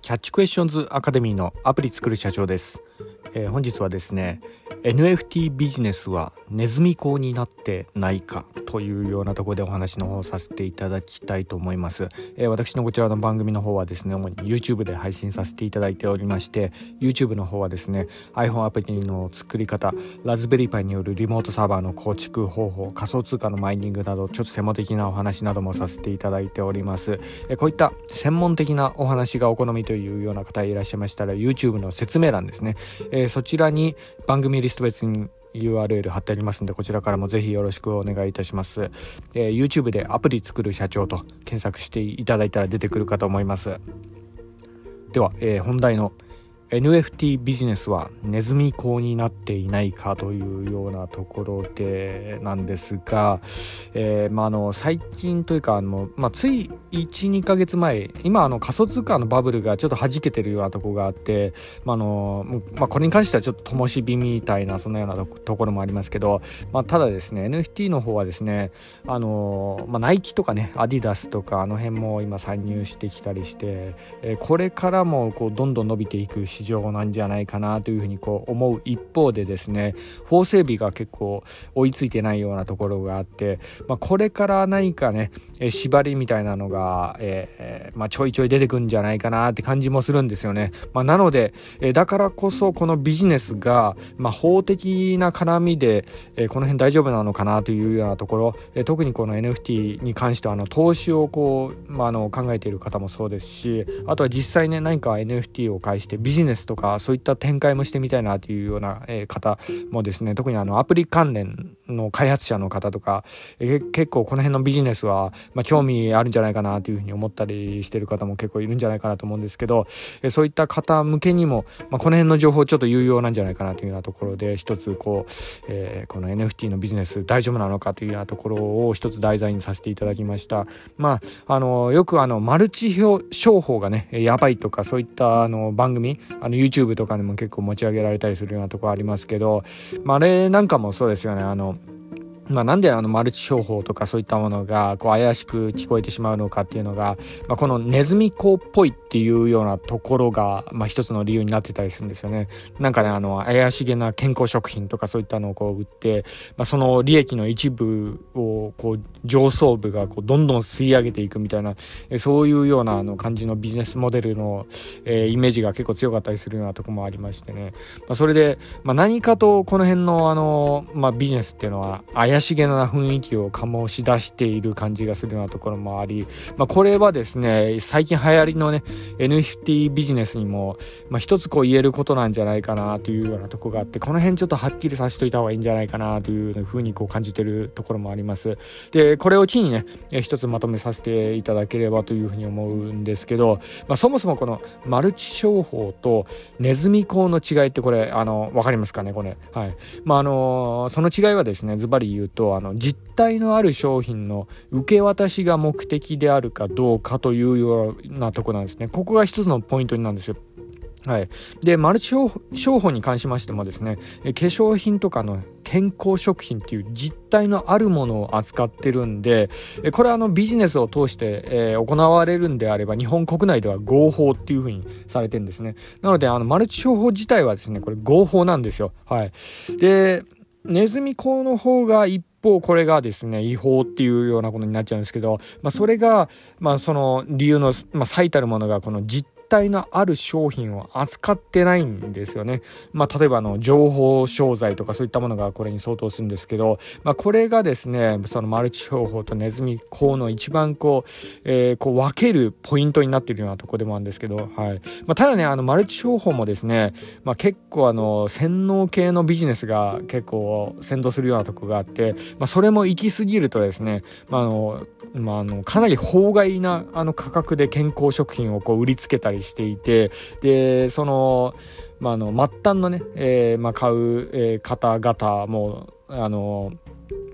キャッチクエスチョンズアカデミーのアプリ作る社長です。本日はですね NFT ビジネスはネズミ講になってないかというようなところでお話の方をさせていただきたいと思います。私のこちらの番組の方はですね主に YouTube で配信させていただいておりまして、 YouTube の方はですね iPhone アプリの作り方、ラズベリーパイによるリモートサーバーの構築方法、仮想通貨のマイニングなどちょっと専門的なお話などもさせていただいております。こういった専門的なお話がお好みというような方いらっしゃいましたら YouTube の説明欄ですね、そちらに番組リスト別に URL 貼ってありますので、こちらからもぜひよろしくお願いいたします。YouTube でアプリ作る社長と検索していただいたら出てくるかと思います。では、本題の NFT ビジネスはネズミ講になっていないかというようなところでなんですが、最近というかつい 1,2 ヶ月前、今仮想通貨のバブルがちょっと弾けてるようなところがあって、これに関してはちょっと灯火みたいなそんなようなところもありますけど、ただですね NFT の方はですねナイキとかねアディダスとかあの辺も今参入してきたりして、これからもどんどん伸びていく市場なんじゃないかなというふうに思う一方でですね、法整備が結構追いついてないようなところがあって、これから何かね縛りみたいなのが、ちょいちょい出てくるんじゃないかなって感じもするんですよね。なので、だからこそこのビジネスが、法的な絡みで、この辺大丈夫なのかなというようなところ、特にこの NFT に関しては投資を考えている方もそうですし、あとは実際ね何か NFT を介してビジネスとかそういった展開もしてみたいなというような、方もですね、特にアプリ関連の開発者の方とか、結構この辺のビジネスは、興味あるんじゃないかなというふうに思ったりしている方も結構いるんじゃないかなと思うんですけど、そういった方向けにも、この辺の情報ちょっと有用なんじゃないかなというようなところで一つこの NFT のビジネス大丈夫なのかというようなところを一つ題材にさせていただきました。よくマルチ商法がねやばいとかそういった番組YouTube とかでも結構持ち上げられたりするようなところありますけど、あれなんかもそうですよね。なんでマルチ商法とかそういったものが怪しく聞こえてしまうのかっていうのが、このネズミ講っぽいっていうようなところが、一つの理由になってたりするんですよね。なんかね怪しげな健康食品とかそういったのを売って、その利益の一部を上層部がどんどん吸い上げていくみたいな、そういうような感じのビジネスモデルの、イメージが結構強かったりするようなところもありましてね、それで、何かとこの辺のビジネスっていうのは怪しげな雰囲気を醸し出している感じがするようなところもあり、これはですね最近流行りのね NFT ビジネスにも、一つ言えることなんじゃないかなというようなところがあって、この辺ちょっとはっきりさせておいた方がいいんじゃないかなというふうに感じているところもあります。でこれを機にね一つまとめさせていただければというふうに思うんですけど、そもそもこのマルチ商法とネズミ講の違いってこれわかりますかねこれ。はい。その違いはですねズバリ言うと実体のある商品の受け渡しが目的であるかどうかというようなところなんですね。ここが一つのポイントになるんですよ。はい、でマルチ商法に関しましてもですね化粧品とかの健康食品っていう実体のあるものを扱ってるんで、これはビジネスを通して、行われるんであれば日本国内では合法っていう風にされてるんですね。なのでマルチ商法自体はですねこれ合法なんですよ。はい。でネズミ講の方が一方これがですね違法っていうようなことになっちゃうんですけど、それがその理由の最たるものがこの実体のある商品を扱ってないんですよね。例えば情報商材とかそういったものがこれに相当するんですけど、これがですねそのマルチ商法とネズミ講の一番分けるポイントになっているようなところでもあるんですけど、はい。ただねマルチ商法もですね、結構洗脳系のビジネスが結構先導するようなところがあって、それも行き過ぎるとですねかなり法外な価格で健康食品を売りつけたりしていて、でその末端のね、買う、方々も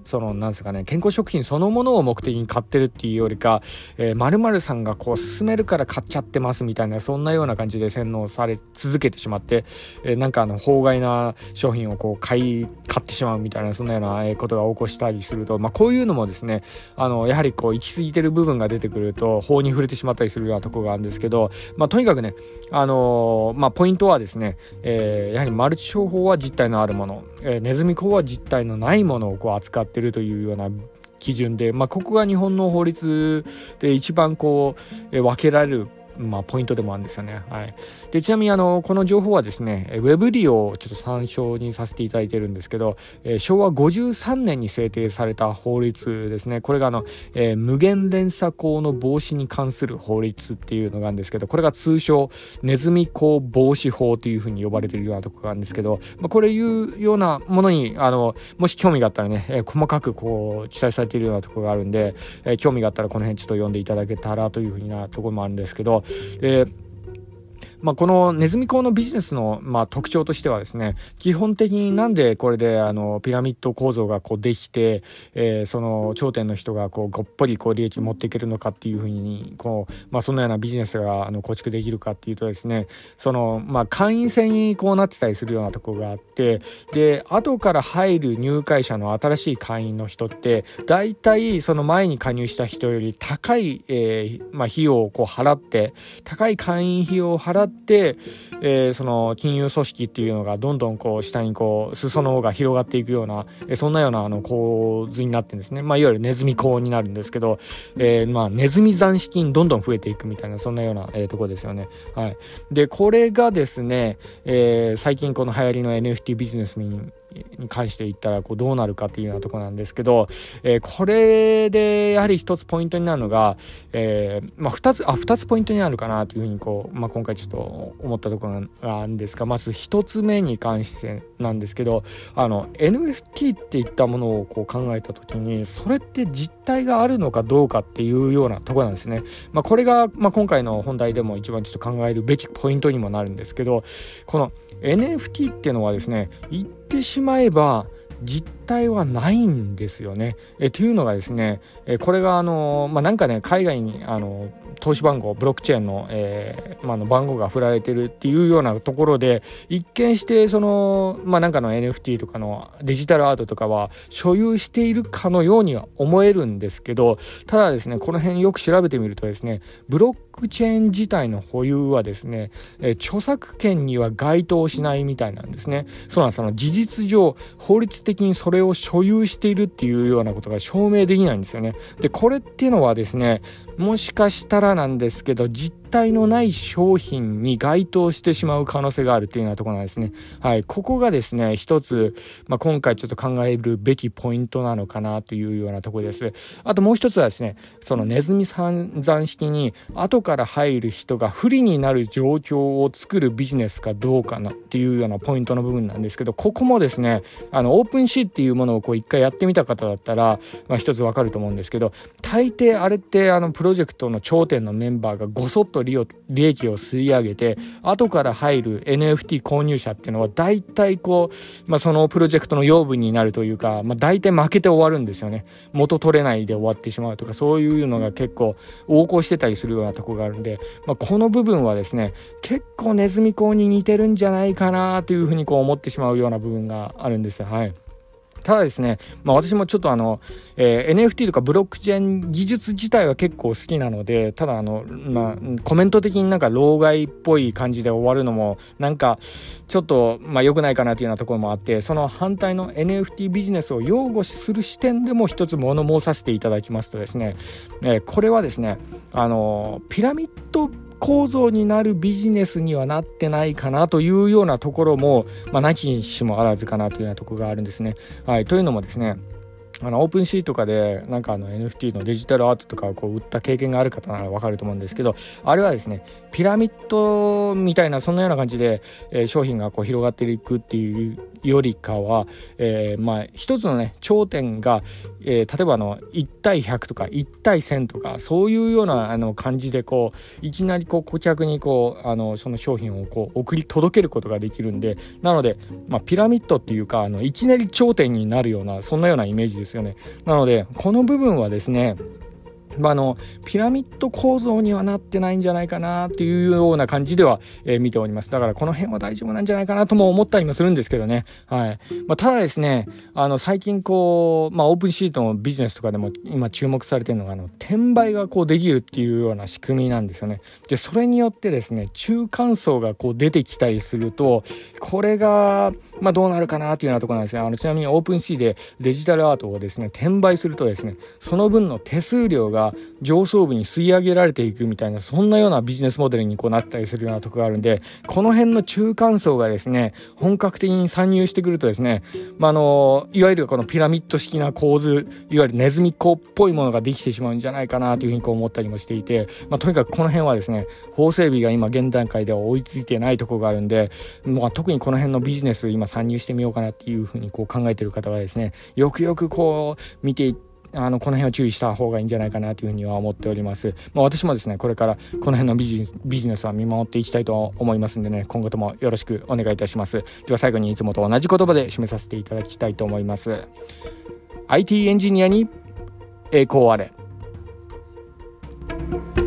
なんですかね、健康食品そのものを目的に買ってるっていうよりか、〇〇さんがこう勧めるから買っちゃってますみたいな、そんなような感じで洗脳され続けてしまって、なんか法外な商品をこう買ってしまうみたいな、そんなようなことが起こしたりすると、こういうのもですね、やはりこう行き過ぎてる部分が出てくると法に触れてしまったりするようなところがあるんですけど、とにかくね、ポイントはですね、やはりマルチ商法は実体のあるもの、ネズミ講は実体のないものをこう扱っているというような基準で、ここが日本の法律で一番こう、分けられるポイントでもあるんですよね。はい。で、ちなみにこの情報はですね、ウェブリをちょっと参照にさせていただいてるんですけど、昭和53年に制定された法律ですね。これが無限連鎖講の防止に関する法律っていうのがあるんですけど、これが通称ネズミ講防止法というふうに呼ばれているようなところがあるんですけど、これいうようなものにもし興味があったらね、細かくこう記載されているようなところがあるんで、興味があったらこの辺ちょっと読んでいただけたらというふうなところもあるんですけど、このネズミ講のビジネスの、特徴としてはですね、基本的になんでこれでピラミッド構造がこうできて、その頂点の人がこうごっぽりこう利益を持っていけるのかっていうふうにこう、そのようなビジネスが構築できるかっていうとですね、会員制にこうなってたりするようなところがあって、で後から入る入会者の新しい会員の人ってだいたいその前に加入した人より高い、費用をこう払って、高い会員費用を払って、その金融組織っていうのがどんどんこう下にこう裾の方が広がっていくような、そんなような構図になってるんですね。いわゆるネズミ講になるんですけど、ネズミ残資金どんどん増えていくみたいな、そんなような、ところですよね。はい。でこれがですね、最近この流行りの NFT ビジネスに関して言ったらこうどうなるかっていうようなところなんですけど、これでやはり一つポイントになるのが、2つポイントになるかなというふうにこう、今回ちょっと思ったところがあるんですが、まず1つ目に関してなんですけど、NFT っていったものをこう考えた時にそれって実体があるのかどうかっていうようなところなんですね。これが、今回の本題でも一番ちょっと考えるべきポイントにもなるんですけど、この NFT っていうのはですね、言ってしまえば実態はないんですよね。というのがですね、これがなんかね、海外に投資番号ブロックチェーンの、番号が振られてるっていうようなところで、一見してなんかの NFT とかのデジタルアートとかは所有しているかのようには思えるんですけど、ただですね、この辺よく調べてみるとですね、ブロックチェーン自体の保有はですね、著作権には該当しないみたいなんですね。そうなんです。事実上法律的にそれを所有しているっていうようなことが証明できないんですよね。でこれっていうのはですね、もしかしたらなんですけど、実体のない商品に該当してしまう可能性があるというようなところなんですね。はい、ここがですね、一つ、今回ちょっと考えるべきポイントなのかなというようなところです。あともう一つはですね、そのネズミ算算式に後から入る人が不利になる状況を作るビジネスかどうかなっていうようなポイントの部分なんですけど、ここもですね、オープンシーっていうものをこう一回やってみた方だったら、一つわかると思うんですけど、大抵あれってプロジェクトの頂点のメンバーがごそっと利益を吸い上げて、後から入る NFT 購入者っていうのは大体こう、そのプロジェクトの養分になるというか、大体負けて終わるんですよね。元取れないで終わってしまうとか、そういうのが結構横行してたりするようなところがあるんで、この部分はですね、結構ネズミ講に似てるんじゃないかなというふうにこう思ってしまうような部分があるんですよ。はい。ただですね、私もちょっとNFT とかブロックチェーン技術自体は結構好きなので、ただコメント的になんか老害っぽい感じで終わるのもなんかちょっと良くないかなというようなところもあって、その反対の NFT ビジネスを擁護する視点でも一つ物申させていただきますとですね、これはですね、ピラミッド構造になるビジネスにはなってないかなというようなところも、なきにしもあらずかなというようなところがあるんですね。はい、というのもですね、オープンシーとかでなんかNFT のデジタルアートとかをこう売った経験がある方ならわかると思うんですけど、あれはですね、ピラミッドみたいなそんなような感じで、商品がこう広がっていくっていうよりかは、一つのね頂点が、例えば1対100とか1対1000とかそういうような感じでこういきなりこう顧客にこうその商品をこう送り届けることができるんで、なので、ピラミッドっていうかいきなり頂点になるようなそんなようなイメージですですよね。なのでこの部分はですね、ピラミッド構造にはなってないんじゃないかなっていうような感じでは、見ております。だからこの辺は大丈夫なんじゃないかなとも思ったりもするんですけどね。はい。ただですね、最近オープンシートのビジネスとかでも今注目されているのが、転売ができるっていうような仕組みなんですよね。で、それによってですね、中間層が出てきたりすると、これが、どうなるかなっていうようなところなんですね。ちなみにオープンシーでデジタルアートをですね、転売するとですね、その分の手数料が上層部に吸い上げられていくみたいな、そんなようなビジネスモデルになったりするようなところがあるんで、この辺の中間層がですね、本格的に参入してくるとですね、いわゆるこのピラミッド式な構図、いわゆるネズミ講っぽいものができてしまうんじゃないかなというふうに思ったりもしていて、とにかくこの辺はですね、法整備が今現段階では追いついてないところがあるんで、特にこの辺のビジネス今参入してみようかなっていうふうに考えている方はですね、よくよく見ていってこの辺は注意した方がいいんじゃないかなというふうには思っております。私もですね、これからこの辺のビジネスは見守っていきたいと思いますんでね、今後ともよろしくお願いいたします。では最後にいつもと同じ言葉で締めさせていただきたいと思います。IT エンジニアに栄光あれ。